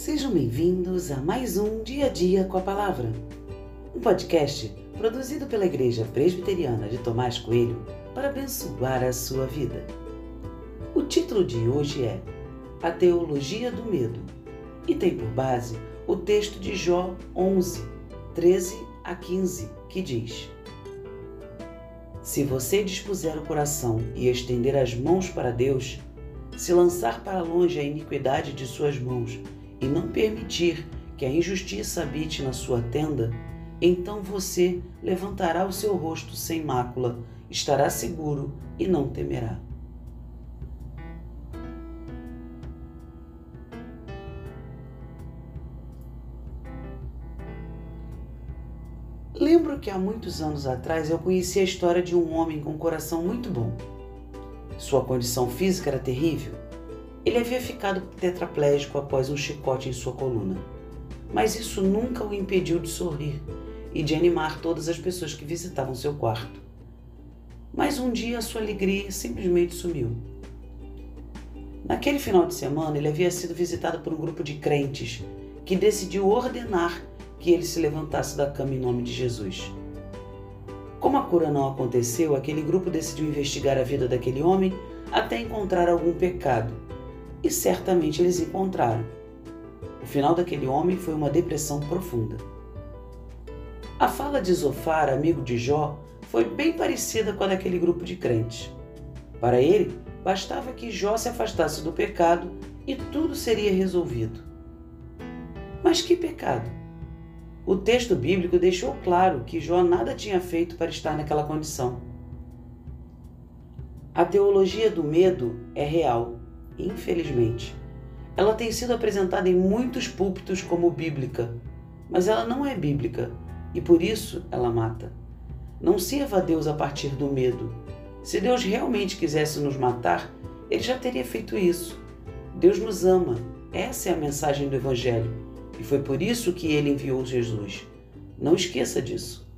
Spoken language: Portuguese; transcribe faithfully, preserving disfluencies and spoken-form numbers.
Sejam bem-vindos a mais um Dia a Dia com a Palavra, um podcast produzido pela Igreja Presbiteriana de Tomás Coelho para abençoar a sua vida. O título de hoje é A Teologia do Medo e tem por base o texto de Jó onze, treze a quinze, que diz: Se você dispuser o coração e estender as mãos para Deus, se lançar para longe a iniquidade de suas mãos e não permitir que a injustiça habite na sua tenda, então você levantará o seu rosto sem mácula, estará seguro e não temerá. Lembro que há muitos anos atrás eu conheci a história de um homem com um coração muito bom. Sua condição física era terrível. Ele havia ficado tetraplégico após um chicote em sua coluna. Mas isso nunca o impediu de sorrir e de animar todas as pessoas que visitavam seu quarto. Mas um dia a sua alegria simplesmente sumiu. Naquele final de semana ele havia sido visitado por um grupo de crentes que decidiu ordenar que ele se levantasse da cama em nome de Jesus. Como a cura não aconteceu, aquele grupo decidiu investigar a vida daquele homem até encontrar algum pecado. E certamente eles encontraram. O final daquele homem foi uma depressão profunda. A fala de Zofar, amigo de Jó, foi bem parecida com a daquele grupo de crentes. Para ele, bastava que Jó se afastasse do pecado e tudo seria resolvido. Mas que pecado? O texto bíblico deixou claro que Jó nada tinha feito para estar naquela condição. A teologia do medo é real. Infelizmente, ela tem sido apresentada em muitos púlpitos como bíblica, mas ela não é bíblica e por isso ela mata. Não sirva a Deus a partir do medo. Se Deus realmente quisesse nos matar, Ele já teria feito isso. Deus nos ama, essa é a mensagem do Evangelho e foi por isso que Ele enviou Jesus. Não esqueça disso.